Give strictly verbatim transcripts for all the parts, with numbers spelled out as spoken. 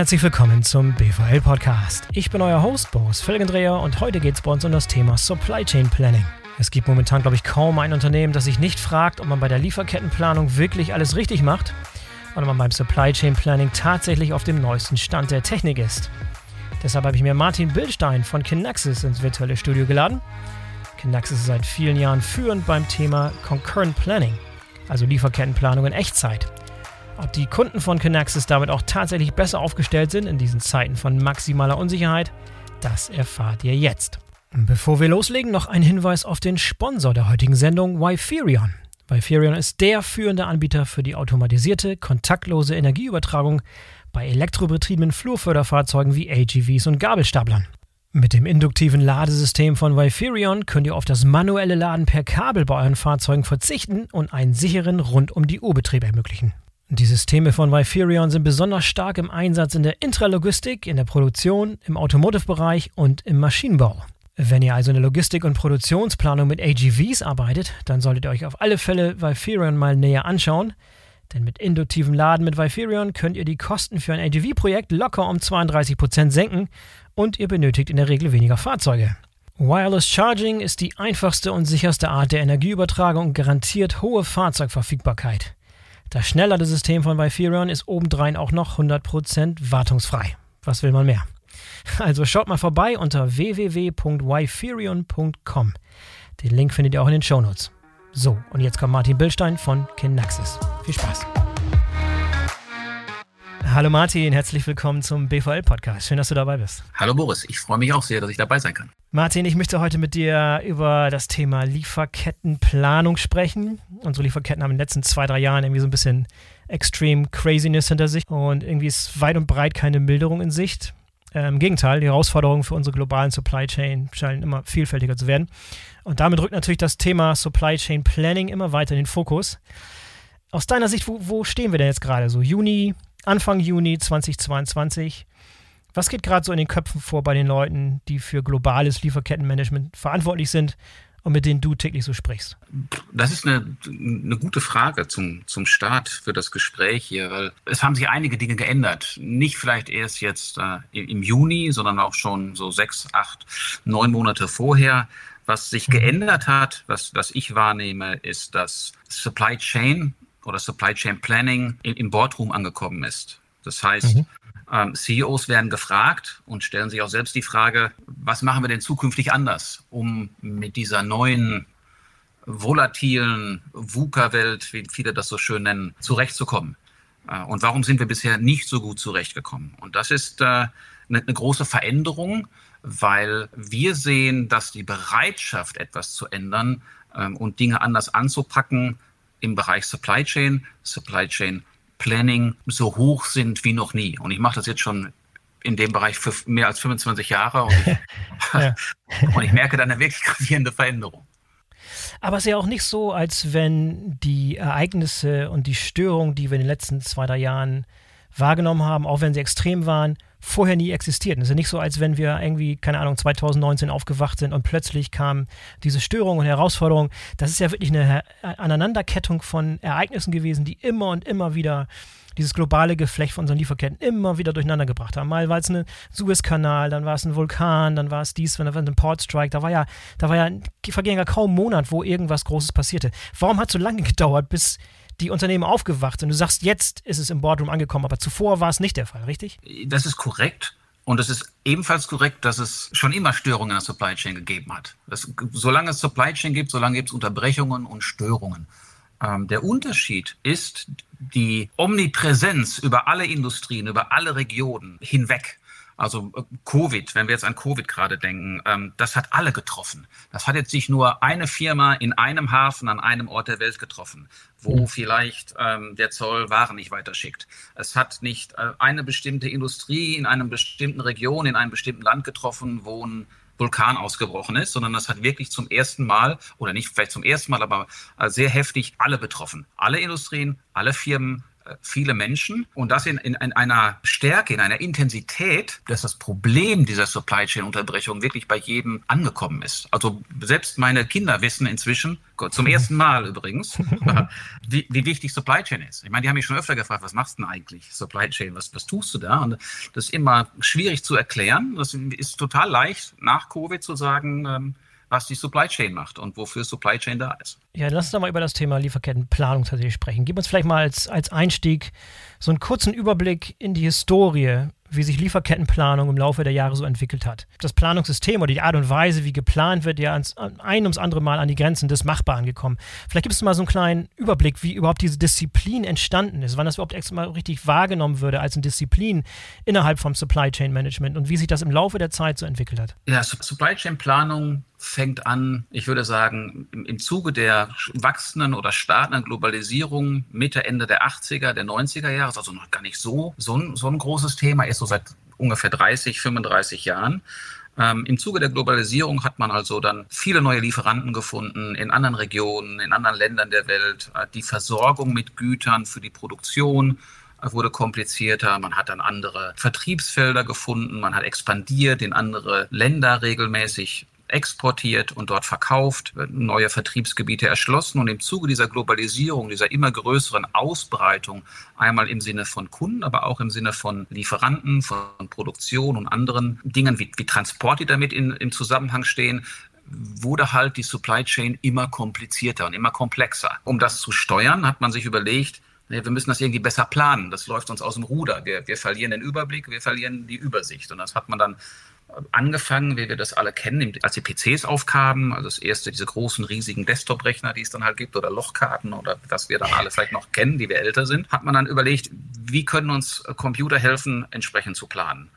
Herzlich willkommen zum B V L-Podcast. Ich bin euer Host, Boris Felgendreher, und heute geht es bei uns um das Thema Supply Chain Planning. Es gibt momentan, glaube ich, kaum ein Unternehmen, das sich nicht fragt, ob man bei der Lieferkettenplanung wirklich alles richtig macht und ob man beim Supply Chain Planning tatsächlich auf dem neuesten Stand der Technik ist. Deshalb habe ich mir Martin Billstein von Kinaxis ins virtuelle Studio geladen. Kinaxis ist seit vielen Jahren führend beim Thema Concurrent Planning, also Lieferkettenplanung in Echtzeit. Ob die Kunden von Kinaxis damit auch tatsächlich besser aufgestellt sind in diesen Zeiten von maximaler Unsicherheit, das erfahrt ihr jetzt. Bevor wir loslegen, noch ein Hinweis auf den Sponsor der heutigen Sendung, Wiferion. Wiferion ist der führende Anbieter für die automatisierte, kontaktlose Energieübertragung bei elektrobetriebenen Flurförderfahrzeugen wie A G Vs und Gabelstaplern. Mit dem induktiven Ladesystem von Wiferion könnt ihr auf das manuelle Laden per Kabel bei euren Fahrzeugen verzichten und einen sicheren Rund-um-die-Uhr-Betrieb ermöglichen. Die Systeme von Wiferion sind besonders stark im Einsatz in der Intralogistik, in der Produktion, im Automotive-Bereich und im Maschinenbau. Wenn ihr also in der Logistik- und Produktionsplanung mit A G Vs arbeitet, dann solltet ihr euch auf alle Fälle Wiferion mal näher anschauen. Denn mit induktivem Laden mit Wiferion könnt ihr die Kosten für ein A G V-Projekt locker um zweiunddreißig Prozent senken und ihr benötigt in der Regel weniger Fahrzeuge. Wireless Charging ist die einfachste und sicherste Art der Energieübertragung und garantiert hohe Fahrzeugverfügbarkeit. Das Schnellladesystem von Wiferion ist obendrein auch noch hundert Prozent wartungsfrei. Was will man mehr? Also schaut mal vorbei unter w w w punkt wiferion punkt com. Den Link findet ihr auch in den Shownotes. So, und jetzt kommt Martin Billstein von Kinaxis. Viel Spaß! Hallo Martin, herzlich willkommen zum B V L-Podcast. Schön, dass du dabei bist. Hallo Boris, ich freue mich auch sehr, dass ich dabei sein kann. Martin, ich möchte heute mit dir über das Thema Lieferkettenplanung sprechen. Unsere Lieferketten haben in den letzten zwei, drei Jahren irgendwie so ein bisschen Extreme Craziness hinter sich und irgendwie ist weit und breit keine Milderung in Sicht. Äh, Im Gegenteil, die Herausforderungen für unsere globalen Supply Chain scheinen immer vielfältiger zu werden. Und damit rückt natürlich das Thema Supply Chain Planning immer weiter in den Fokus. Aus deiner Sicht, wo, wo stehen wir denn jetzt gerade? So Juni, Anfang Juni zweitausendzweiundzwanzig. Was geht gerade so in den Köpfen vor bei den Leuten, die für globales Lieferkettenmanagement verantwortlich sind und mit denen du täglich so sprichst? Das ist eine, eine gute Frage zum, zum Start für das Gespräch hier, weil es haben sich einige Dinge geändert. Nicht vielleicht erst jetzt äh, im Juni, sondern auch schon so sechs, acht, neun Monate vorher. Was sich geändert hat, was, was ich wahrnehme, ist, dass Supply Chain oder Supply Chain Planning im, im Boardroom angekommen ist. Das heißt, mhm. ähm, C E Os werden gefragt und stellen sich auch selbst die Frage, was machen wir denn zukünftig anders, um mit dieser neuen, volatilen VUCA-Welt, wie viele das so schön nennen, zurechtzukommen. Äh, und warum sind wir bisher nicht so gut zurechtgekommen? Und das ist äh, eine, eine große Veränderung, weil wir sehen, dass die Bereitschaft, etwas zu ändern ähm, und Dinge anders anzupacken im Bereich Supply Chain, Supply Chain Planning so hoch sind wie noch nie. Und ich mache das jetzt schon in dem Bereich für mehr als fünfundzwanzig Jahre und ich, ja. und ich merke da eine wirklich gravierende Veränderung. Aber es ist ja auch nicht so, als wenn die Ereignisse und die Störungen, die wir in den letzten zwei, drei Jahren wahrgenommen haben, auch wenn sie extrem waren, vorher nie existierten. Es ist ja nicht so, als wenn wir irgendwie, keine Ahnung, zweitausendneunzehn aufgewacht sind und plötzlich kamen diese Störungen und Herausforderungen. Das ist ja wirklich eine Aneinanderkettung von Ereignissen gewesen, die immer und immer wieder dieses globale Geflecht von unseren Lieferketten immer wieder durcheinander gebracht haben. Mal war es ein Suezkanal, dann war es ein Vulkan, dann war es dies, dann war es ein Portstrike. Da war ja, da war ja, verging ja kaum ein Monat, wo irgendwas Großes passierte. Warum hat es so lange gedauert, bis die Unternehmen aufgewacht sind? Du sagst, jetzt ist es im Boardroom angekommen, aber zuvor war es nicht der Fall, richtig? Das ist korrekt. Und es ist ebenfalls korrekt, dass es schon immer Störungen in der Supply Chain gegeben hat. Das, solange es Supply Chain gibt, solange gibt es Unterbrechungen und Störungen. Ähm, der Unterschied ist die Omnipräsenz über alle Industrien, über alle Regionen hinweg. Also Covid, wenn wir jetzt an Covid gerade denken, ähm, das hat alle getroffen. Das hat jetzt nicht nur eine Firma in einem Hafen an einem Ort der Welt getroffen, wo vielleicht ähm, der Zoll Waren nicht weiterschickt. Es hat nicht äh, eine bestimmte Industrie in einer bestimmten Region, in einem bestimmten Land getroffen, wo ein Vulkan ausgebrochen ist, sondern das hat wirklich zum ersten Mal, oder nicht vielleicht zum ersten Mal, aber äh, sehr heftig alle betroffen. Alle Industrien, alle Firmen, viele Menschen und das in, in, in einer Stärke, in einer Intensität, dass das Problem dieser Supply Chain Unterbrechung wirklich bei jedem angekommen ist. Also selbst meine Kinder wissen inzwischen, zum ersten Mal übrigens, wie, wie wichtig Supply Chain ist. Ich meine, die haben mich schon öfter gefragt, was machst du denn eigentlich, Supply Chain, was, was tust du da? Und das ist immer schwierig zu erklären. Das ist total leicht, nach Covid zu sagen, ähm, was die Supply Chain macht und wofür Supply Chain da ist. Ja, lass uns doch mal über das Thema Lieferkettenplanung tatsächlich sprechen. Gib uns vielleicht mal als, als Einstieg so einen kurzen Überblick in die Historie, wie sich Lieferkettenplanung im Laufe der Jahre so entwickelt hat. Das Planungssystem oder die Art und Weise, wie geplant wird, ja ans, ein ums andere Mal an die Grenzen des Machbaren gekommen. Vielleicht gibst du mal so einen kleinen Überblick, wie überhaupt diese Disziplin entstanden ist, wann das überhaupt erst mal richtig wahrgenommen würde als eine Disziplin innerhalb vom Supply Chain Management und wie sich das im Laufe der Zeit so entwickelt hat. Ja, Supply Chain Planung fängt an, ich würde sagen, im, im Zuge der wachsenden oder startenden Globalisierung Mitte, Ende der achtziger, der neunziger Jahre, ist also noch gar nicht so, so, ein, so ein großes Thema, ist so seit ungefähr dreißig, fünfunddreißig Jahren. Ähm, Im Zuge der Globalisierung hat man also dann viele neue Lieferanten gefunden in anderen Regionen, in anderen Ländern der Welt. Äh, die Versorgung mit Gütern für die Produktion äh, wurde komplizierter. Man hat dann andere Vertriebsfelder gefunden. Man hat expandiert in andere Länder regelmäßig, exportiert und dort verkauft, neue Vertriebsgebiete erschlossen. Und im Zuge dieser Globalisierung, dieser immer größeren Ausbreitung, einmal im Sinne von Kunden, aber auch im Sinne von Lieferanten, von Produktion und anderen Dingen, wie, wie Transport, die damit in, im Zusammenhang stehen, wurde halt die Supply Chain immer komplizierter und immer komplexer. Um das zu steuern, hat man sich überlegt, wir müssen das irgendwie besser planen. Das läuft uns aus dem Ruder. Wir, wir verlieren den Überblick, wir verlieren die Übersicht. Und das hat man dann angefangen, wie wir das alle kennen, als die P Cs aufkamen, also das erste, diese großen, riesigen Desktop-Rechner, die es dann halt gibt, oder Lochkarten oder was wir dann alle vielleicht noch kennen, die wir älter sind, hat man dann überlegt, wie können uns Computer helfen, entsprechend zu planen.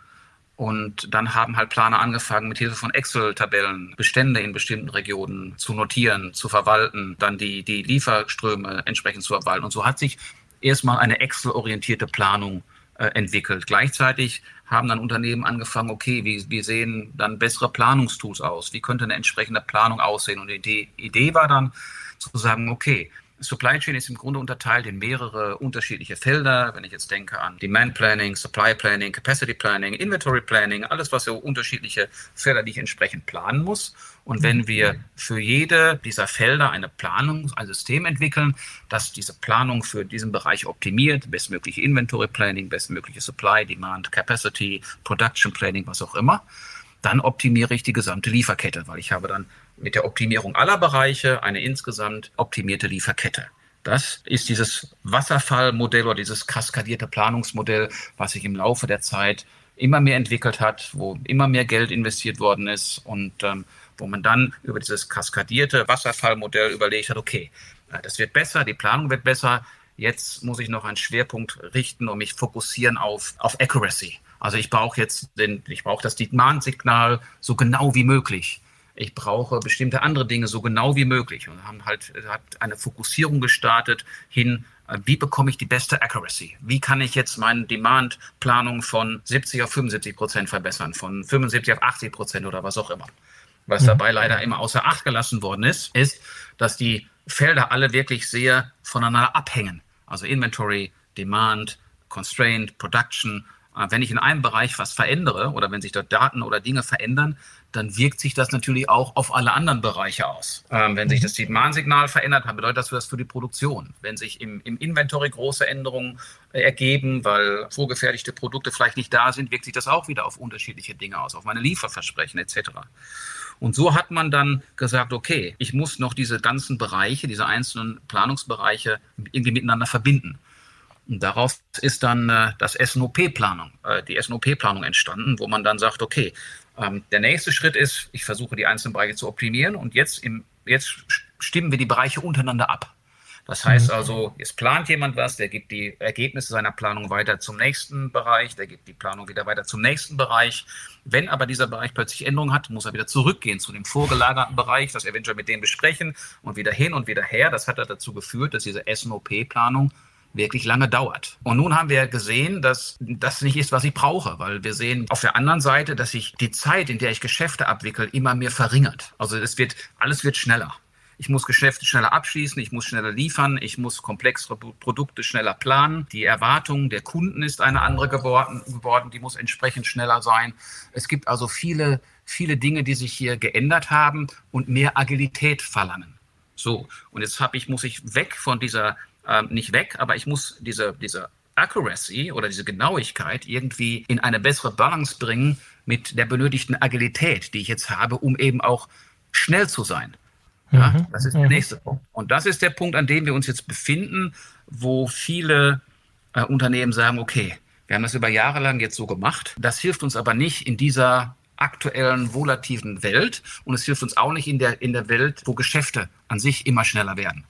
Und dann haben halt Planer angefangen, mit Hilfe von Excel-Tabellen Bestände in bestimmten Regionen zu notieren, zu verwalten, dann die, die Lieferströme entsprechend zu verwalten. Und so hat sich erstmal eine Excel-orientierte Planung äh, entwickelt. Gleichzeitig haben dann Unternehmen angefangen, okay, wie, wie sehen dann bessere Planungstools aus? Wie könnte eine entsprechende Planung aussehen? Und die Idee war dann zu sagen, okay, Supply Chain ist im Grunde unterteilt in mehrere unterschiedliche Felder. Wenn ich jetzt denke an Demand Planning, Supply Planning, Capacity Planning, Inventory Planning, alles was so unterschiedliche Felder, die ich entsprechend planen muss. Und wenn wir für jede dieser Felder eine Planung, ein System entwickeln, das diese Planung für diesen Bereich optimiert, bestmögliche Inventory Planning, bestmögliche Supply, Demand, Capacity, Production Planning, was auch immer, dann optimiere ich die gesamte Lieferkette, weil ich habe dann mit der Optimierung aller Bereiche eine insgesamt optimierte Lieferkette. Das ist dieses Wasserfallmodell oder dieses kaskadierte Planungsmodell, was sich im Laufe der Zeit immer mehr entwickelt hat, wo immer mehr Geld investiert worden ist und ähm, wo man dann über dieses kaskadierte Wasserfallmodell überlegt hat, okay, das wird besser, die Planung wird besser, jetzt muss ich noch einen Schwerpunkt richten und mich fokussieren auf, auf Accuracy. Also ich brauche jetzt den, ich brauche das Demand-Signal so genau wie möglich. Ich brauche bestimmte andere Dinge so genau wie möglich. Und haben halt hat eine Fokussierung gestartet hin, wie bekomme ich die beste Accuracy? Wie kann ich jetzt meine Demand-Planung von siebzig auf fünfundsiebzig Prozent verbessern, von fünfundsiebzig auf achtzig Prozent oder was auch immer? Was dabei leider immer außer Acht gelassen worden ist, ist, dass die Felder alle wirklich sehr voneinander abhängen. Also Inventory, Demand, Constraint, Production. Wenn ich in einem Bereich was verändere oder wenn sich dort Daten oder Dinge verändern, dann wirkt sich das natürlich auch auf alle anderen Bereiche aus. Ähm, wenn sich das Demand-Signal verändert, dann bedeutet das für das für die Produktion. Wenn sich im, im Inventory große Änderungen äh, ergeben, weil vorgefertigte Produkte vielleicht nicht da sind, wirkt sich das auch wieder auf unterschiedliche Dinge aus, auf meine Lieferversprechen et cetera. Und so hat man dann gesagt, okay, ich muss noch diese ganzen Bereiche, diese einzelnen Planungsbereiche irgendwie miteinander verbinden. Und daraus ist dann äh, das S N O P-Planung, äh, die S N O P-Planung entstanden, wo man dann sagt, okay, ähm, der nächste Schritt ist, ich versuche die einzelnen Bereiche zu optimieren und jetzt, im, jetzt stimmen wir die Bereiche untereinander ab. Das heißt also, jetzt plant jemand was, der gibt die Ergebnisse seiner Planung weiter zum nächsten Bereich, der gibt die Planung wieder weiter zum nächsten Bereich. Wenn aber dieser Bereich plötzlich Änderungen hat, muss er wieder zurückgehen zu dem vorgelagerten Bereich, das eventuell mit denen besprechen und wieder hin und wieder her. Das hat dazu geführt, dass diese S N O P-Planung wirklich lange dauert. Und nun haben wir gesehen, dass das nicht ist, was ich brauche, weil wir sehen auf der anderen Seite, dass sich die Zeit, in der ich Geschäfte abwickle, immer mehr verringert. Also es wird, alles wird schneller. ich muss Geschäfte schneller abschließen, ich muss schneller liefern, ich muss komplexere Produkte schneller planen. Die Erwartung der Kunden ist eine andere geworden, geworden, die muss entsprechend schneller sein. Es gibt also viele, viele Dinge, die sich hier geändert haben und mehr Agilität verlangen. So, und jetzt hab ich, muss ich weg von dieser, äh, nicht weg, aber ich muss diese, diese Accuracy oder diese Genauigkeit irgendwie in eine bessere Balance bringen mit der benötigten Agilität, die ich jetzt habe, um eben auch schnell zu sein. Ja, mhm. Das ist der nächste Punkt. Und das ist der Punkt, an dem wir uns jetzt befinden, wo viele äh, Unternehmen sagen, okay, wir haben das über Jahre lang jetzt so gemacht, das hilft uns aber nicht in dieser aktuellen, volatilen Welt und es hilft uns auch nicht in der, in der Welt, wo Geschäfte an sich immer schneller werden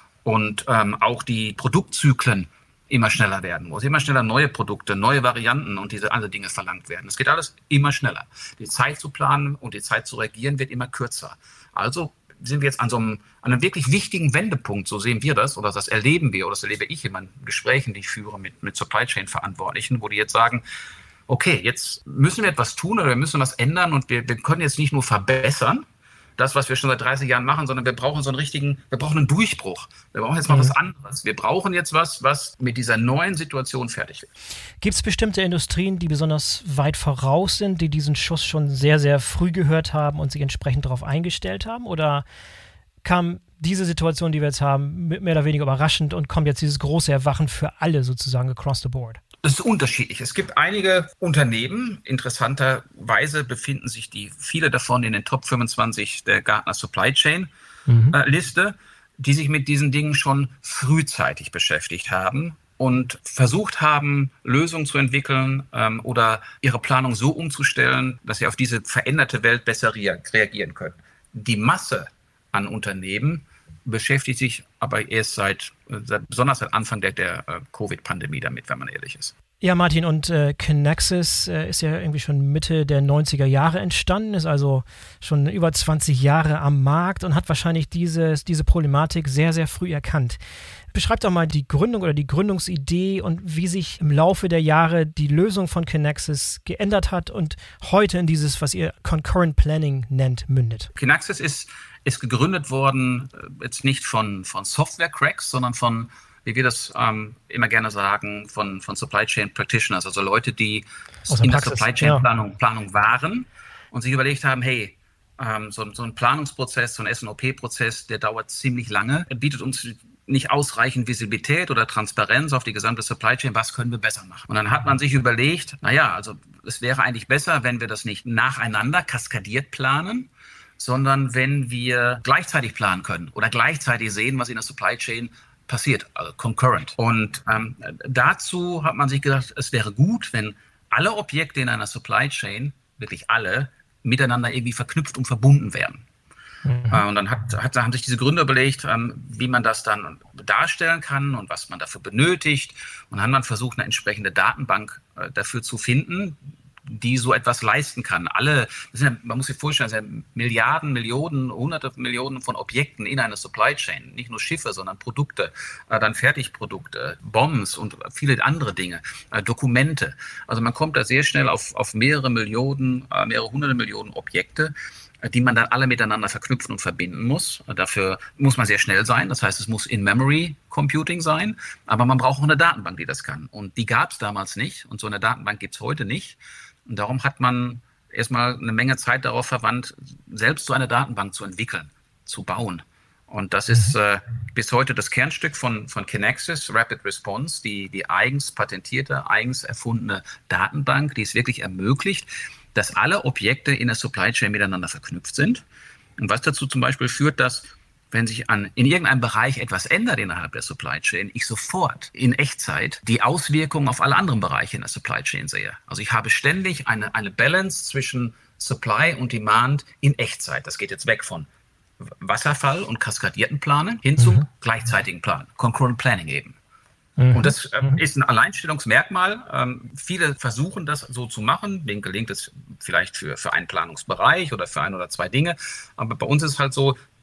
und ähm, auch die Produktzyklen immer schneller werden, wo es immer schneller neue Produkte, neue Varianten und diese anderen Dinge verlangt werden. Es geht alles immer schneller. Die Zeit zu planen und die Zeit zu reagieren wird immer kürzer. Also sind wir jetzt an so einem, an einem wirklich wichtigen Wendepunkt, so sehen wir das, oder das erleben wir, oder das erlebe ich in meinen Gesprächen, die ich führe mit, mit Supply Chain Verantwortlichen, wo die jetzt sagen, okay, jetzt müssen wir etwas tun oder wir müssen was ändern und wir, wir können jetzt nicht nur verbessern, das, was wir schon seit dreißig Jahren machen, sondern wir brauchen so einen richtigen, wir brauchen einen Durchbruch. Wir brauchen jetzt mal mhm. was anderes. Wir brauchen jetzt was, was mit dieser neuen Situation fertig wird. Gibt es bestimmte Industrien, die besonders weit voraus sind, die diesen Schuss schon sehr, sehr früh gehört haben und sich entsprechend darauf eingestellt haben? Oder kam diese Situation, die wir jetzt haben, mehr oder weniger überraschend und kommt jetzt dieses große Erwachen für alle sozusagen across the board? Das ist unterschiedlich. Es gibt einige Unternehmen, interessanterweise befinden sich die, viele davon in den Top fünfundzwanzig der Gartner Supply Chain mhm. äh, Liste, die sich mit diesen Dingen schon frühzeitig beschäftigt haben und versucht haben, Lösungen zu entwickeln ähm, oder ihre Planung so umzustellen, dass sie auf diese veränderte Welt besser rea- reagieren können. Die Masse an Unternehmen beschäftigt sich aber erst seit, seit besonders seit Anfang der, der uh, Covid-Pandemie damit, wenn man ehrlich ist. Ja, Martin, und äh, Kinaxis äh, ist ja irgendwie schon Mitte der neunziger Jahre entstanden, ist also schon über zwanzig Jahre am Markt und hat wahrscheinlich dieses, diese Problematik sehr, sehr früh erkannt. Beschreib doch mal die Gründung oder die Gründungsidee und wie sich im Laufe der Jahre die Lösung von Kinaxis geändert hat und heute in dieses, was ihr Concurrent Planning nennt, mündet. Kinaxis ist ist gegründet worden, jetzt nicht von, von Software-Cracks, sondern von, wie wir das ähm, immer gerne sagen, von, von Supply Chain Practitioners, also Leute, die in der Supply Chain Planung, ja. Planung waren und sich überlegt haben, hey, ähm, so, so ein Planungsprozess, so ein S N O P-Prozess, der dauert ziemlich lange, er bietet uns nicht ausreichend Visibilität oder Transparenz auf die gesamte Supply Chain, was können wir besser machen? Und dann hat man sich überlegt, naja, also es wäre eigentlich besser, wenn wir das nicht nacheinander kaskadiert planen, sondern wenn wir gleichzeitig planen können oder gleichzeitig sehen, was in der Supply Chain passiert, also concurrent. Und ähm, dazu hat man sich gedacht, es wäre gut, wenn alle Objekte in einer Supply Chain, wirklich alle, miteinander irgendwie verknüpft und verbunden werden. Mhm. Äh, und dann hat, hat, haben sich diese Gründer überlegt, ähm, wie man das dann darstellen kann und was man dafür benötigt. Und dann haben dann versucht, eine entsprechende Datenbank äh, dafür zu finden, die so etwas leisten kann. Alle, das sind ja, man muss sich vorstellen, es sind ja Milliarden, Millionen, hunderte Millionen von Objekten in einer Supply Chain. Nicht nur Schiffe, sondern Produkte, äh, dann Fertigprodukte, Bombs und viele andere Dinge, äh, Dokumente. Also man kommt da sehr schnell auf, auf mehrere Millionen, äh, mehrere hunderte Millionen Objekte, äh, die man dann alle miteinander verknüpfen und verbinden muss. Äh, dafür muss man sehr schnell sein. Das heißt, es muss In-Memory Computing sein, aber man braucht auch eine Datenbank, die das kann. Und die gab es damals nicht und so eine Datenbank gibt es heute nicht. Und darum hat man erstmal eine Menge Zeit darauf verwandt, selbst so eine Datenbank zu entwickeln, zu bauen. Und das ist äh, bis heute das Kernstück von, von Kinaxis, Rapid Response, die, die eigens patentierte, eigens erfundene Datenbank, die es wirklich ermöglicht, dass alle Objekte in der Supply Chain miteinander verknüpft sind. Und was dazu zum Beispiel führt, dass wenn sich an, in irgendeinem Bereich etwas ändert innerhalb der Supply Chain, ich sofort in Echtzeit die Auswirkungen auf alle anderen Bereiche in der Supply Chain sehe. Also ich habe ständig eine, eine Balance zwischen Supply und Demand in Echtzeit. Das geht jetzt weg von Wasserfall und kaskadierten Planen hin zum mhm. gleichzeitigen Plan, Concurrent Planning eben. Mhm. Und das äh, ist ein Alleinstellungsmerkmal. Ähm, viele versuchen das so zu machen. Denen gelingt es vielleicht für, für einen Planungsbereich oder für ein oder zwei Dinge. Aber bei uns ist es halt so,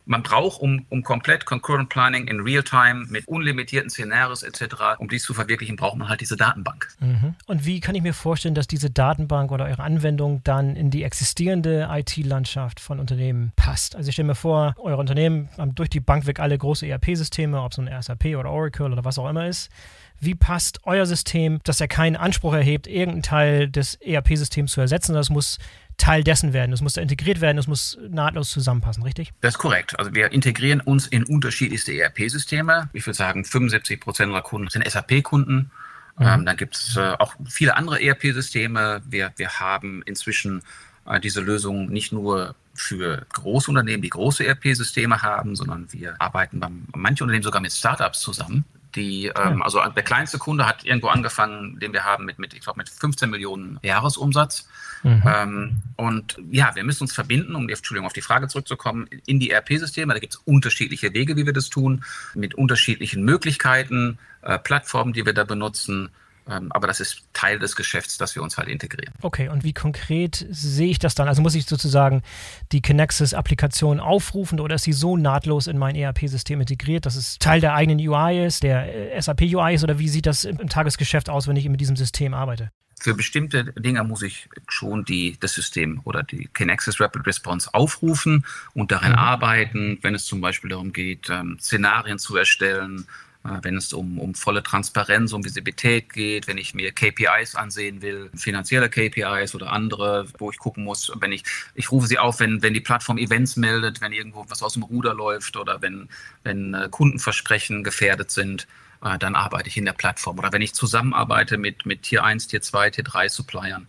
man braucht, um, um komplett Concurrent Planning in Realtime mit unlimitierten Szenarios et cetera, um dies zu verwirklichen, braucht man halt diese Datenbank. Mhm. Und wie kann ich mir vorstellen, dass diese Datenbank oder eure Anwendung dann in die existierende I T-Landschaft von Unternehmen passt? Also ich stelle mir vor, eure Unternehmen haben durch die Bank weg alle große E R P-Systeme, ob es so ein S A P oder Oracle oder was auch immer ist. Wie passt euer System, dass er keinen Anspruch erhebt, irgendeinen Teil des E R P-Systems zu ersetzen? Das muss Teil dessen werden. Das muss da integriert werden. Das muss nahtlos zusammenpassen, richtig? Das ist korrekt. Also wir integrieren uns in unterschiedlichste E R P-Systeme. Ich würde sagen, fünfundsiebzig Prozent unserer Kunden sind S A P-Kunden. Mhm. Ähm, dann gibt es äh, auch viele andere E R P-Systeme. Wir, wir haben inzwischen äh, diese Lösung nicht nur für Großunternehmen, die große E R P-Systeme haben, sondern wir arbeiten bei manchen Unternehmen sogar mit Startups zusammen. Die, ähm, also der kleinste Kunde hat irgendwo angefangen, den wir haben mit, mit ich glaube, mit fünfzehn Millionen Jahresumsatz. Mhm. Ähm, und ja, wir müssen uns verbinden, um die, Entschuldigung, auf die Frage zurückzukommen, in die E R P-Systeme. Da gibt es unterschiedliche Wege, wie wir das tun, mit unterschiedlichen Möglichkeiten, äh, Plattformen, die wir da benutzen. Aber das ist Teil des Geschäfts, dass wir uns halt integrieren. Okay, und wie konkret sehe ich das dann? Also muss ich sozusagen die Kinaxis-Applikation aufrufen oder ist sie so nahtlos in mein E R P-System integriert, dass es Teil der eigenen U I ist, der S A P-U I ist oder wie sieht das im, im Tagesgeschäft aus, wenn ich mit diesem System arbeite? Für bestimmte Dinge muss ich schon die, das System oder die Kinaxis Rapid Response aufrufen und darin mhm. arbeiten, wenn es zum Beispiel darum geht, ähm, Szenarien zu erstellen, wenn es um, um volle Transparenz, um Visibilität geht, wenn ich mir K P Is ansehen will, finanzielle K P Is oder andere, wo ich gucken muss, wenn ich, ich rufe sie auf, wenn, wenn die Plattform Events meldet, wenn irgendwo was aus dem Ruder läuft oder wenn, wenn Kundenversprechen gefährdet sind, dann arbeite ich in der Plattform. Oder wenn ich zusammenarbeite mit, mit Tier eins, Tier zwei, Tier drei Suppliern,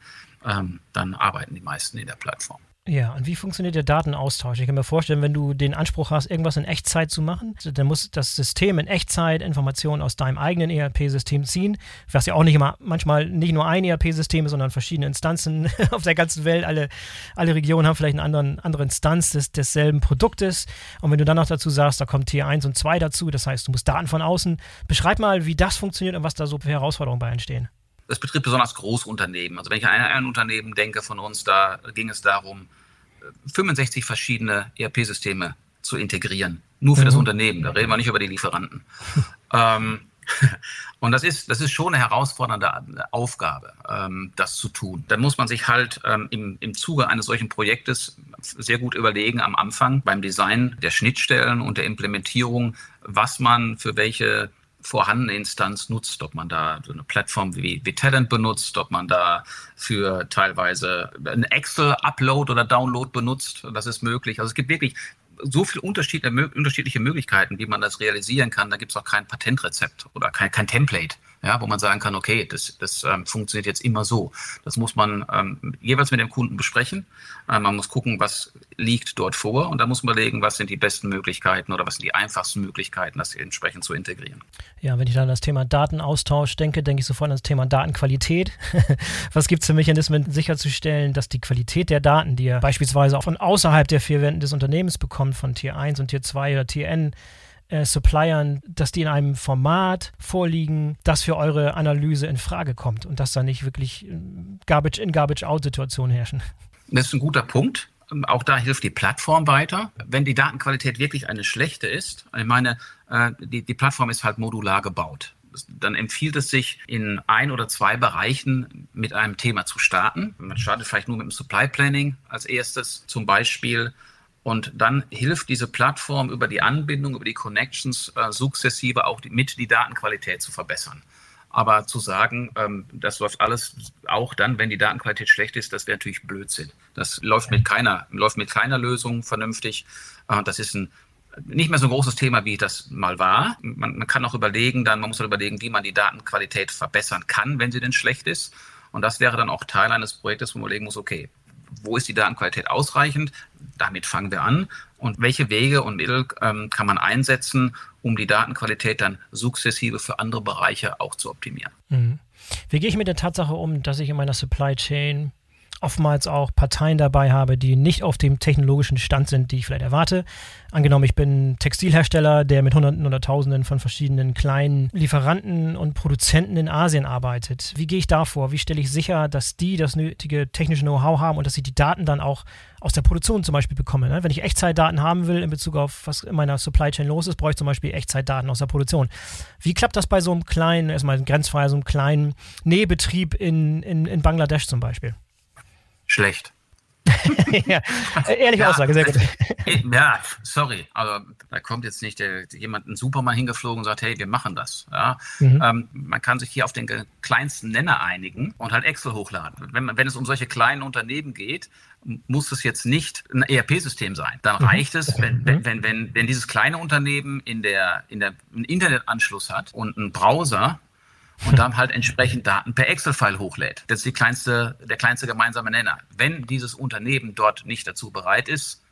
dann arbeiten die meisten in der Plattform. Ja, und wie funktioniert der Datenaustausch? Ich kann mir vorstellen, wenn du den Anspruch hast, irgendwas in Echtzeit zu machen, dann muss das System in Echtzeit Informationen aus deinem eigenen E R P-System ziehen, was ja auch nicht immer, manchmal nicht nur ein E R P-System ist, sondern verschiedene Instanzen auf der ganzen Welt. Alle, alle Regionen haben vielleicht eine andere, andere Instanz des, desselben Produktes. Und wenn du dann noch dazu sagst, da kommt Tier eins und zwei dazu, das heißt, du musst Daten von außen. Beschreib mal, wie das funktioniert und was da so für Herausforderungen bei entstehen. Das betrifft besonders Großunternehmen. Also wenn ich an ein Unternehmen denke von uns, da ging es darum, fünfundsechzig verschiedene E R P-Systeme zu integrieren. Nur für mhm. das Unternehmen. Da reden wir nicht über die Lieferanten. ähm, und das ist, das ist schon eine herausfordernde Aufgabe, ähm, das zu tun. Dann muss man sich halt ähm, im, im Zuge eines solchen Projektes sehr gut überlegen am Anfang beim Design der Schnittstellen und der Implementierung, was man für welche vorhandene Instanz nutzt, ob man da so eine Plattform wie, wie Talent benutzt, ob man da für teilweise ein Excel-Upload oder Download benutzt, das ist möglich. Also es gibt wirklich so viele unterschiedliche Möglichkeiten, wie man das realisieren kann. Da gibt es auch kein Patentrezept oder kein, kein Template, ja, wo man sagen kann, okay, das, das ähm, funktioniert jetzt immer so. Das muss man ähm, jeweils mit dem Kunden besprechen. Äh, man muss gucken, was liegt dort vor und dann muss man überlegen, was sind die besten Möglichkeiten oder was sind die einfachsten Möglichkeiten, das entsprechend zu integrieren. Ja, wenn ich dann an das Thema Datenaustausch denke, denke ich sofort an das Thema Datenqualität. Was gibt es für Mechanismen, sicherzustellen, dass die Qualität der Daten, die ihr beispielsweise auch von außerhalb der vier Wänden des Unternehmens bekommt, von Tier eins und Tier zwei oder Tier N, Äh, Suppliern, dass die in einem Format vorliegen, das für eure Analyse in Frage kommt und dass da nicht wirklich Garbage-in, Garbage-out-Situationen herrschen. Das ist ein guter Punkt. Auch da hilft die Plattform weiter. Wenn die Datenqualität wirklich eine schlechte ist, ich meine, äh, die, die Plattform ist halt modular gebaut. Dann empfiehlt es sich, in ein oder zwei Bereichen mit einem Thema zu starten. Man startet vielleicht nur mit dem Supply Planning als erstes zum Beispiel. Und dann hilft diese Plattform über die Anbindung, über die Connections äh, sukzessive auch die, mit die Datenqualität zu verbessern. Aber zu sagen, ähm, das läuft alles auch dann, wenn die Datenqualität schlecht ist, das wäre natürlich Blödsinn. Das läuft mit keiner, läuft mit keiner Lösung vernünftig. Äh, das ist ein nicht mehr so ein großes Thema, wie das mal war. Man, man kann auch überlegen, dann, man muss halt überlegen, wie man die Datenqualität verbessern kann, wenn sie denn schlecht ist. Und das wäre dann auch Teil eines Projektes, wo man überlegen muss, okay, wo ist die Datenqualität ausreichend? Damit fangen wir an. Und welche Wege und Mittel ähm, kann man einsetzen, um die Datenqualität dann sukzessive für andere Bereiche auch zu optimieren? Mhm. Wie gehe ich mit der Tatsache um, dass ich in meiner Supply Chain oftmals auch Parteien dabei habe, die nicht auf dem technologischen Stand sind, die ich vielleicht erwarte. Angenommen, ich bin Textilhersteller, der mit Hunderten oder Tausenden von verschiedenen kleinen Lieferanten und Produzenten in Asien arbeitet. Wie gehe ich da vor? Wie stelle ich sicher, dass die das nötige technische Know-how haben und dass sie die Daten dann auch aus der Produktion zum Beispiel bekommen? Ne? Wenn ich Echtzeitdaten haben will in Bezug auf, was in meiner Supply Chain los ist, brauche ich zum Beispiel Echtzeitdaten aus der Produktion. Wie klappt das bei so einem kleinen, erstmal grenzfrei, so einem kleinen Nähbetrieb in, in, in Bangladesch zum Beispiel? Schlecht. Ja, ehrliche ja, Aussage, sehr gut. Ja, sorry, aber da kommt jetzt nicht der, jemand, ein Superman hingeflogen und sagt, hey, wir machen das. Ja? Mhm. Ähm, man kann sich hier auf den kleinsten Nenner einigen und halt Excel hochladen. Wenn, wenn es um solche kleinen Unternehmen geht, muss es jetzt nicht ein E R P-System sein. Dann mhm. reicht es, wenn, wenn, wenn, wenn, wenn dieses kleine Unternehmen in der, in der, einen Internetanschluss hat und einen Browser und dann halt entsprechend Daten per Excel-File hochlädt. Das ist die kleinste, der kleinste gemeinsame Nenner. Wenn dieses Unternehmen dort nicht dazu bereit ist,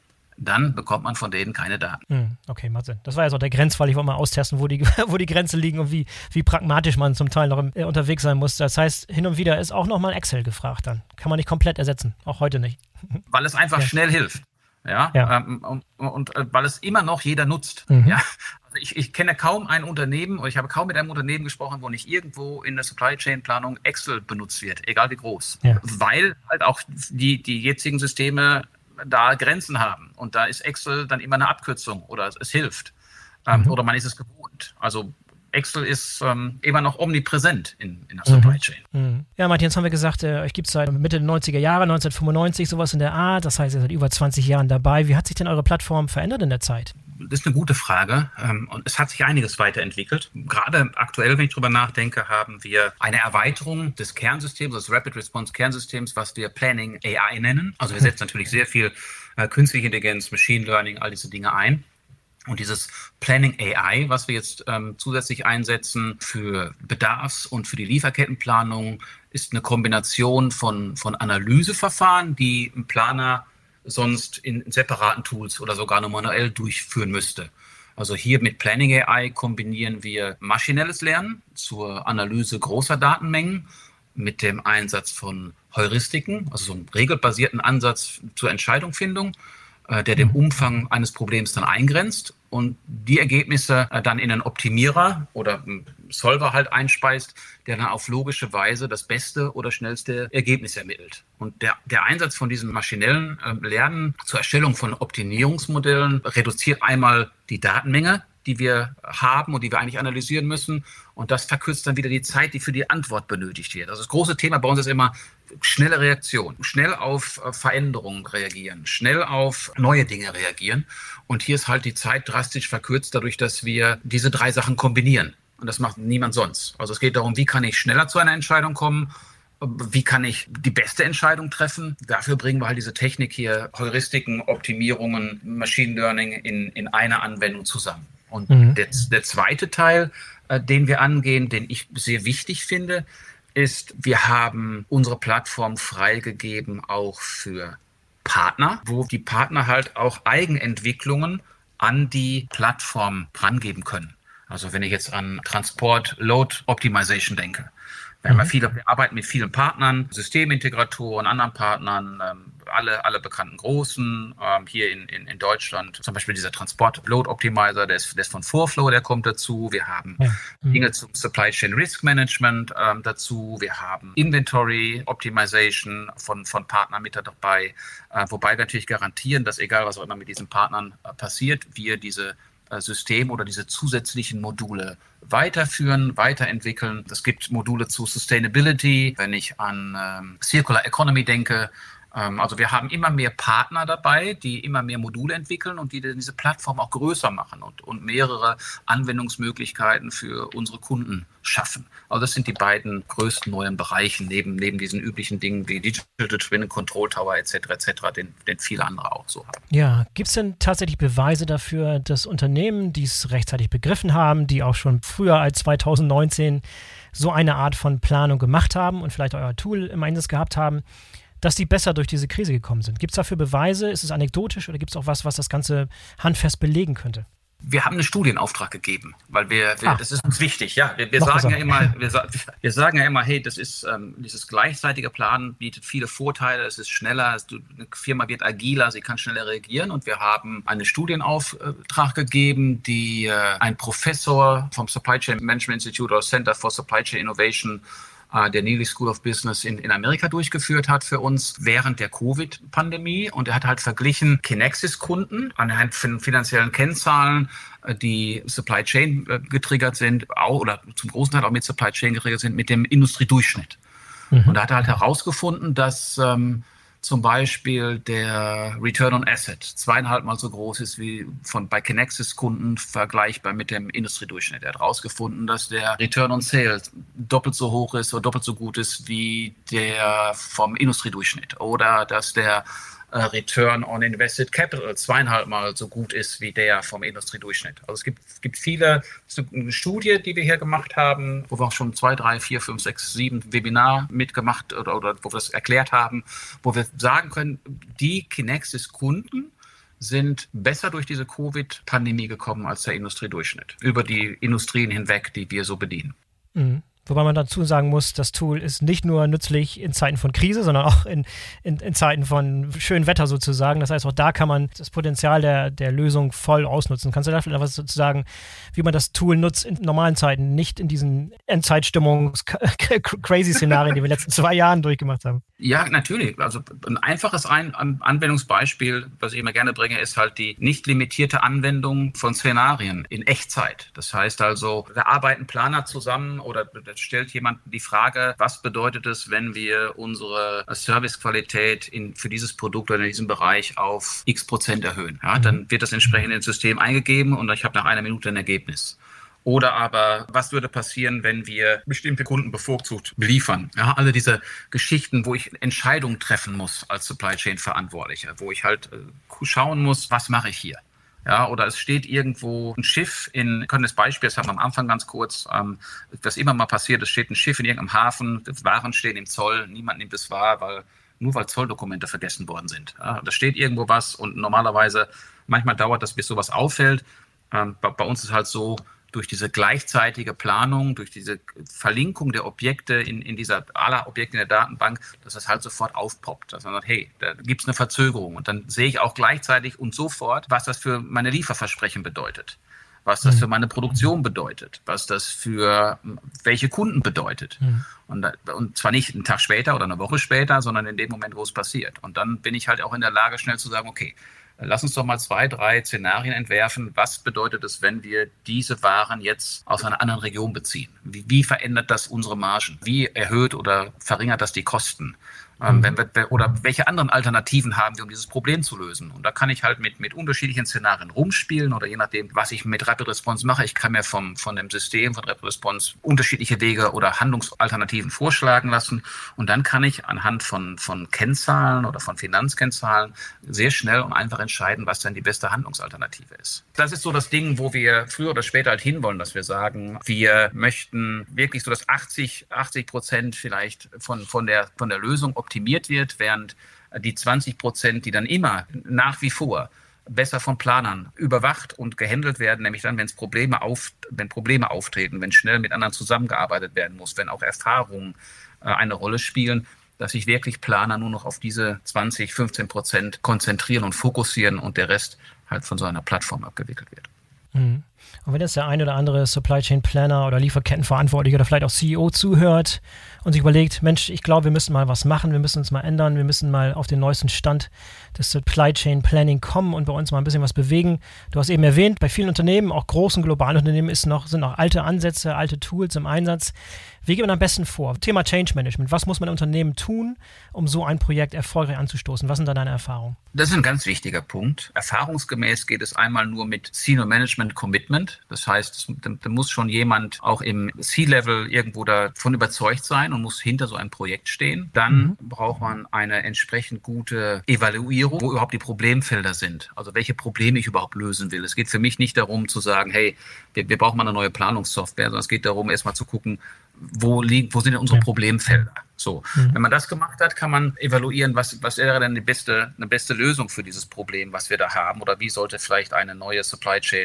dann bekommt man von denen keine Daten. Okay, macht Sinn. Das war jetzt auch der Grenzfall. Ich wollte mal austesten, wo die, wo die Grenzen liegen und wie, wie pragmatisch man zum Teil noch im, äh, unterwegs sein muss. Das heißt, hin und wieder ist auch nochmal Excel gefragt dann. Kann man nicht komplett ersetzen, auch heute nicht. Weil es einfach ja. schnell hilft. Ja, ja. Ähm, und, und äh, weil es immer noch jeder nutzt. Mhm. Ja, also ich, ich kenne kaum ein Unternehmen, oder ich habe kaum mit einem Unternehmen gesprochen, wo nicht irgendwo in der Supply Chain Planung Excel benutzt wird, egal wie groß. Ja. Weil halt auch die, die jetzigen Systeme da Grenzen haben. Und da ist Excel dann immer eine Abkürzung oder es, es hilft. Ähm, mhm. Oder man ist es gewohnt. Also Excel ist ähm, immer noch omnipräsent in, in der Supply Chain. Mhm. Ja, Martin, jetzt haben wir gesagt, äh, euch gibt es seit Mitte der neunziger Jahre, neunzehnhundertfünfundneunzig, sowas in der Art. Das heißt, ihr seid über zwanzig Jahren dabei. Wie hat sich denn eure Plattform verändert in der Zeit? Das ist eine gute Frage. Ähm, und es hat sich einiges weiterentwickelt. Gerade aktuell, wenn ich drüber nachdenke, haben wir eine Erweiterung des Kernsystems, des Rapid Response Kernsystems, was wir Planning A I nennen. Also wir setzen natürlich sehr viel äh, künstliche Intelligenz, Machine Learning, all diese Dinge ein. Und dieses Planning A I, was wir jetzt ähm, zusätzlich einsetzen für Bedarfs- und für die Lieferkettenplanung, ist eine Kombination von, von Analyseverfahren, die ein Planer sonst in separaten Tools oder sogar nur manuell durchführen müsste. Also hier mit Planning A I kombinieren wir maschinelles Lernen zur Analyse großer Datenmengen mit dem Einsatz von Heuristiken, also so einem regelbasierten Ansatz zur Entscheidungsfindung, der den Umfang eines Problems dann eingrenzt und die Ergebnisse dann in einen Optimierer oder einen Solver halt einspeist, der dann auf logische Weise das beste oder schnellste Ergebnis ermittelt. Und der, der Einsatz von diesem maschinellen Lernen zur Erstellung von Optimierungsmodellen reduziert einmal die Datenmenge, die wir haben und die wir eigentlich analysieren müssen. Und das verkürzt dann wieder die Zeit, die für die Antwort benötigt wird. Also das große Thema bei uns ist immer schnelle Reaktion, schnell auf Veränderungen reagieren, schnell auf neue Dinge reagieren. Und hier ist halt die Zeit drastisch verkürzt dadurch, dass wir diese drei Sachen kombinieren. Und das macht niemand sonst. Also es geht darum, wie kann ich schneller zu einer Entscheidung kommen, wie kann ich die beste Entscheidung treffen. Dafür bringen wir halt diese Technik hier, Heuristiken, Optimierungen, Machine Learning in, in einer Anwendung zusammen. Und mhm. der, der zweite Teil, äh, den wir angehen, den ich sehr wichtig finde, ist, wir haben unsere Plattform freigegeben auch für Partner, wo die Partner halt auch Eigenentwicklungen an die Plattform drangeben können. Also wenn ich jetzt an Transport Load Optimization denke. Wir, haben ja viele, wir arbeiten mit vielen Partnern, Systemintegratoren, anderen Partnern, ähm, alle, alle bekannten Großen. Ähm, hier in, in, in Deutschland zum Beispiel dieser Transport Load Optimizer, der ist, der ist von Foreflow, der kommt dazu. Wir haben ja. Dinge zum Supply Chain Risk Management ähm, dazu. Wir haben Inventory Optimization von, von Partnern mit dabei. Äh, wobei wir natürlich garantieren, dass egal was auch immer mit diesen Partnern äh, passiert, wir diese System oder diese zusätzlichen Module weiterführen, weiterentwickeln. Es gibt Module zu Sustainability, wenn ich an ähm, Circular Economy denke. Ähm, also wir haben immer mehr Partner dabei, die immer mehr Module entwickeln und die diese Plattform auch größer machen und, und mehrere Anwendungsmöglichkeiten für unsere Kunden schaffen. Also das sind die beiden größten neuen Bereiche, neben, neben diesen üblichen Dingen wie Digital Twin, Control Tower et cetera et cetera, den, den viele andere auch so haben. Ja, gibt es denn tatsächlich Beweise dafür, dass Unternehmen, die es rechtzeitig begriffen haben, die auch schon früher als zweitausendneunzehn so eine Art von Planung gemacht haben und vielleicht euer Tool im Einsatz gehabt haben, dass die besser durch diese Krise gekommen sind? Gibt es dafür Beweise? Ist es anekdotisch oder gibt es auch was, was das Ganze handfest belegen könnte? Wir haben einen Studienauftrag gegeben, weil wir, wir ah. das ist uns wichtig. Ja, wir, wir sagen ja immer, wir, wir sagen ja immer, hey, das ist ähm, dieses gleichzeitige Planen bietet viele Vorteile. Es ist schneller, es, eine Firma wird agiler, sie kann schneller reagieren. Und wir haben einen Studienauftrag gegeben, die äh, ein Professor vom Supply Chain Management Institute oder Center for Supply Chain Innovation der Neely School of Business in, in Amerika durchgeführt hat für uns während der Covid-Pandemie. Und er hat halt verglichen Kinaxis-Kunden anhand von finanziellen Kennzahlen, die Supply Chain getriggert sind, auch, oder zum großen Teil auch mit Supply Chain getriggert sind, mit dem Industriedurchschnitt. Mhm. Und da hat er halt herausgefunden, dass ähm, zum Beispiel der Return on Asset zweieinhalb Mal so groß ist wie von bei Kinaxis-Kunden vergleichbar mit dem Industriedurchschnitt. Er hat herausgefunden, dass der Return on Sales doppelt so hoch ist oder doppelt so gut ist wie der vom Industriedurchschnitt. Oder dass der Return on Invested Capital zweieinhalb Mal so gut ist wie der vom Industriedurchschnitt. Also es gibt, es gibt viele eine Studie, die wir hier gemacht haben, wo wir auch schon zwei, drei, vier, fünf, sechs, sieben Webinar mitgemacht oder, oder wo wir es erklärt haben, wo wir sagen können, die Kinaxis-Kunden sind besser durch diese Covid-Pandemie gekommen als der Industriedurchschnitt. Über die Industrien hinweg, die wir so bedienen. Mhm. Wobei man dazu sagen muss, das Tool ist nicht nur nützlich in Zeiten von Krise, sondern auch in, in, in Zeiten von schönem Wetter sozusagen. Das heißt, auch da kann man das Potenzial der, der Lösung voll ausnutzen. Kannst du da vielleicht was sozusagen, wie man das Tool nutzt in normalen Zeiten, nicht in diesen Endzeitstimmungs-Crazy-Szenarien, die wir in den letzten zwei Jahren durchgemacht haben? Ja, natürlich. Also ein einfaches ein Anwendungsbeispiel, was ich immer gerne bringe, ist halt die nicht limitierte Anwendung von Szenarien in Echtzeit. Das heißt also, da arbeiten Planer zusammen oder stellt jemand die Frage, was bedeutet es, wenn wir unsere Servicequalität in, für dieses Produkt oder in diesem Bereich auf x Prozent erhöhen. Ja, dann wird das entsprechend ins System eingegeben und ich habe nach einer Minute ein Ergebnis. Oder aber, was würde passieren, wenn wir bestimmte Kunden bevorzugt beliefern? Ja, alle diese Geschichten, wo ich Entscheidungen treffen muss als Supply Chain Verantwortlicher, wo ich halt äh, schauen muss, was mache ich hier? Ja, oder es steht irgendwo ein Schiff in, wir können das Beispiel, das haben wir am Anfang ganz kurz, ähm, was immer mal passiert, es steht ein Schiff in irgendeinem Hafen, Waren stehen im Zoll, niemand nimmt es wahr, weil, nur weil Zolldokumente vergessen worden sind. Ja, da steht irgendwo was und normalerweise, manchmal dauert das, bis sowas auffällt. Ähm, bei, bei uns ist halt so, durch diese gleichzeitige Planung, durch diese Verlinkung der Objekte in, in dieser aller Objekte in der Datenbank, dass das halt sofort aufpoppt. Dass man sagt, hey, da gibt es eine Verzögerung. Und dann sehe ich auch gleichzeitig und sofort, was das für meine Lieferversprechen bedeutet, was das für meine Produktion bedeutet, was das für welche Kunden bedeutet. Mhm. Und, und zwar nicht einen Tag später oder eine Woche später, sondern in dem Moment, wo es passiert. Und dann bin ich halt auch in der Lage, schnell zu sagen, okay, lass uns doch mal zwei, drei Szenarien entwerfen. Was bedeutet es, wenn wir diese Waren jetzt aus einer anderen Region beziehen? Wie, wie verändert das unsere Margen? Wie erhöht oder verringert das die Kosten? Ähm, wenn wir, oder welche anderen Alternativen haben wir, um dieses Problem zu lösen? Und da kann ich halt mit, mit unterschiedlichen Szenarien rumspielen oder je nachdem, was ich mit Rapid Response mache. Ich kann mir vom, von dem System von Rapid Response unterschiedliche Wege oder Handlungsalternativen vorschlagen lassen. Und dann kann ich anhand von, von Kennzahlen oder von Finanzkennzahlen sehr schnell und einfach entscheiden, was dann die beste Handlungsalternative ist. Das ist so das Ding, wo wir früher oder später halt hinwollen, dass wir sagen, wir möchten wirklich so, dass achtzig Prozent vielleicht von, von, der, von der Lösung optimiert wird, während die zwanzig Prozent, die dann immer nach wie vor besser von Planern überwacht und gehandelt werden, nämlich dann, wenn es Probleme auf, wenn Probleme auftreten, wenn schnell mit anderen zusammengearbeitet werden muss, wenn auch Erfahrungen äh, eine Rolle spielen, dass sich wirklich Planer nur noch auf diese zwanzig, fünfzehn Prozent konzentrieren und fokussieren und der Rest halt von so einer Plattform abgewickelt wird. Mhm. Und wenn jetzt der ein oder andere Supply Chain Planner oder Lieferkettenverantwortliche oder vielleicht auch C E O zuhört und sich überlegt, Mensch, ich glaube, wir müssen mal was machen, wir müssen uns mal ändern, wir müssen mal auf den neuesten Stand des Supply Chain Planning kommen und bei uns mal ein bisschen was bewegen. Du hast eben erwähnt, bei vielen Unternehmen, auch großen globalen Unternehmen, ist noch, sind noch alte Ansätze, alte Tools im Einsatz. Wie geht man am besten vor? Thema Change Management. Was muss man im Unternehmen tun, um so ein Projekt erfolgreich anzustoßen? Was sind da deine Erfahrungen? Das ist ein ganz wichtiger Punkt. Erfahrungsgemäß geht es einmal nur mit Senior Management Commitment. Das heißt, da muss schon jemand auch im C-Level irgendwo davon überzeugt sein und muss hinter so einem Projekt stehen. Dann mhm. braucht man eine entsprechend gute Evaluierung, wo überhaupt die Problemfelder sind. Also welche Probleme ich überhaupt lösen will. Es geht für mich nicht darum zu sagen, hey, wir, wir brauchen mal eine neue Planungssoftware, sondern es geht darum, erstmal zu gucken, wo liegen, wo sind denn unsere Problemfelder? So, mhm. wenn man das gemacht hat, kann man evaluieren, was, was wäre denn die beste, eine beste Lösung für dieses Problem, was wir da haben, oder wie sollte vielleicht eine neue Supply Chain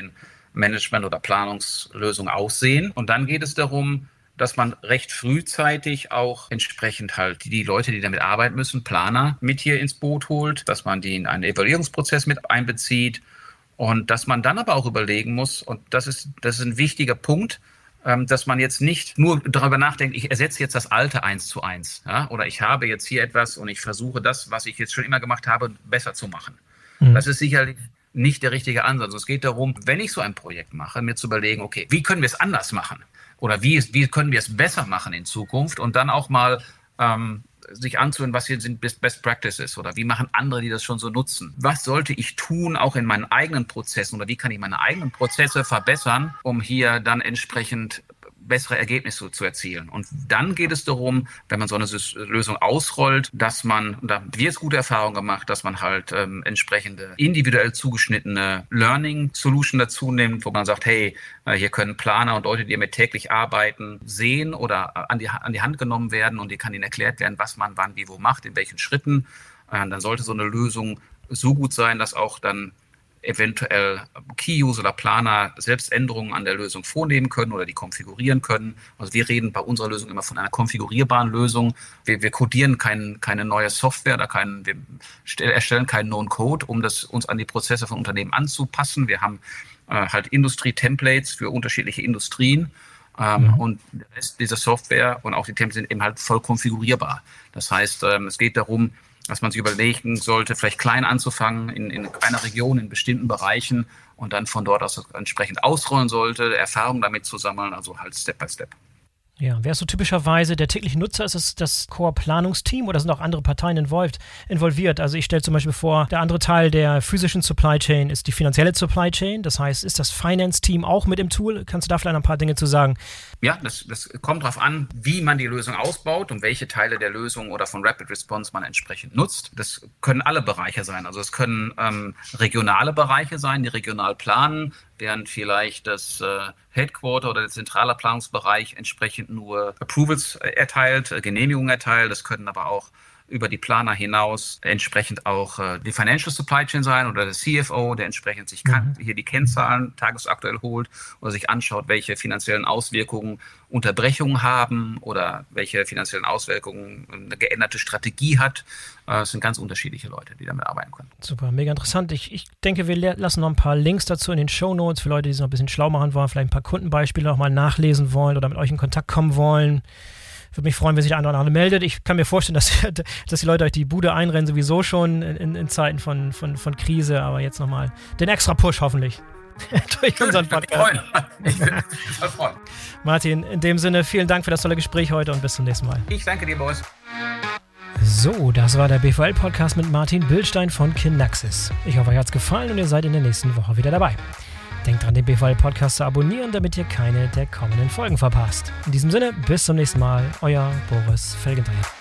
Management- oder Planungslösung aussehen. Und dann geht es darum, dass man recht frühzeitig auch entsprechend halt die Leute, die damit arbeiten müssen, Planer mit hier ins Boot holt, dass man die in einen Evaluierungsprozess mit einbezieht und dass man dann aber auch überlegen muss, und das ist, das ist ein wichtiger Punkt, dass man jetzt nicht nur darüber nachdenkt, ich ersetze jetzt das alte eins zu eins, ja, oder ich habe jetzt hier etwas und ich versuche das, was ich jetzt schon immer gemacht habe, besser zu machen. Mhm. Das ist sicherlich nicht der richtige Ansatz. Es geht darum, wenn ich so ein Projekt mache, mir zu überlegen, okay, wie können wir es anders machen? Oder wie, wie können wir es besser machen in Zukunft? Und dann auch mal ähm, sich anzuhören, was hier sind Best Practices oder wie machen andere, die das schon so nutzen? Was sollte ich tun, auch in meinen eigenen Prozessen, oder wie kann ich meine eigenen Prozesse verbessern, um hier dann entsprechend bessere Ergebnisse zu erzielen. Und dann geht es darum, wenn man so eine Lösung ausrollt, dass man, und da haben wir jetzt gute Erfahrungen gemacht, dass man halt ähm, entsprechende individuell zugeschnittene Learning-Solution dazu nimmt, wo man sagt, hey, äh, hier können Planer und Leute, die damit täglich arbeiten, sehen oder an die, an die Hand genommen werden und die kann ihnen erklärt werden, was man wann, wie, wo macht, in welchen Schritten. Äh, dann sollte so eine Lösung so gut sein, dass auch dann eventuell Key-User oder Planer selbst Änderungen an der Lösung vornehmen können oder die konfigurieren können. Also wir reden bei unserer Lösung immer von einer konfigurierbaren Lösung. Wir, wir codieren kein, keine neue Software, oder kein, wir stell, erstellen keinen neuen Code, um das uns an die Prozesse von Unternehmen anzupassen. Wir haben äh, halt Industrie-Templates für unterschiedliche Industrien. Ähm, mhm. Und der Rest dieser Software und auch die Templates sind eben halt voll konfigurierbar. Das heißt, ähm, es geht darum, dass man sich überlegen sollte, vielleicht klein anzufangen in, in einer Region, in bestimmten Bereichen und dann von dort aus entsprechend ausrollen sollte, Erfahrung damit zu sammeln, also halt Step by Step. Ja, wer ist so typischerweise der tägliche Nutzer? Ist es das Core-Planungsteam oder sind auch andere Parteien involviert? involviert? Also ich stelle zum Beispiel vor, der andere Teil der physischen Supply Chain ist die finanzielle Supply Chain. Das heißt, ist das Finance-Team auch mit im Tool? Kannst du da vielleicht ein paar Dinge zu sagen? Ja, das, das kommt darauf an, wie man die Lösung ausbaut und welche Teile der Lösung oder von Rapid Response man entsprechend nutzt. Das können alle Bereiche sein. Also es können ähm, regionale Bereiche sein, die regional planen, während vielleicht das äh, Headquarter oder der zentrale Planungsbereich entsprechend nur Approvals erteilt, äh, Genehmigungen erteilt. Das können aber auch über die Planer hinaus entsprechend auch äh, die Financial Supply Chain sein oder der C F O, der entsprechend sich kann, hier die Kennzahlen tagesaktuell holt oder sich anschaut, welche finanziellen Auswirkungen Unterbrechungen haben oder welche finanziellen Auswirkungen eine geänderte Strategie hat. Äh, es sind ganz unterschiedliche Leute, die damit arbeiten können. Super, mega interessant. Ich, ich denke, wir lassen noch ein paar Links dazu in den Shownotes für Leute, die es noch ein bisschen schlau machen wollen, vielleicht ein paar Kundenbeispiele noch mal nachlesen wollen oder mit euch in Kontakt kommen wollen. Würde mich freuen, wenn sich der eine oder andere meldet. Ich kann mir vorstellen, dass, dass die Leute euch die Bude einrennen, sowieso schon in, in Zeiten von, von, von Krise, aber jetzt nochmal den extra Push hoffentlich durch unseren Podcast. Ich würde mich voll freuen. Martin, in dem Sinne, vielen Dank für das tolle Gespräch heute und bis zum nächsten Mal. Ich danke dir, Boris. So, das war der B V L-Podcast mit Martin Billstein von Kinaxis. Ich hoffe, euch hat es gefallen und ihr seid in der nächsten Woche wieder dabei. Denkt dran, den B V L-Podcast zu abonnieren, damit ihr keine der kommenden Folgen verpasst. In diesem Sinne, bis zum nächsten Mal. Euer Boris Felgendreher.